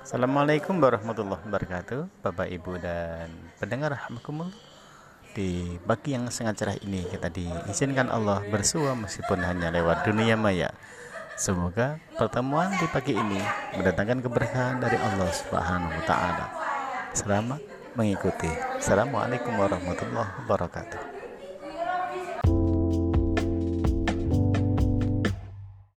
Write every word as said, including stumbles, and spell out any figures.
Assalamualaikum warahmatullahi wabarakatuh, Bapak Ibu dan pendengar rahmatullah. Di pagi yang sangat cerah ini kita diizinkan Allah bersua meskipun hanya lewat dunia maya. Semoga pertemuan di pagi ini mendatangkan keberkahan dari Allah Subhanahu wa taala. Selamat mengikuti. Assalamualaikum warahmatullahi wabarakatuh.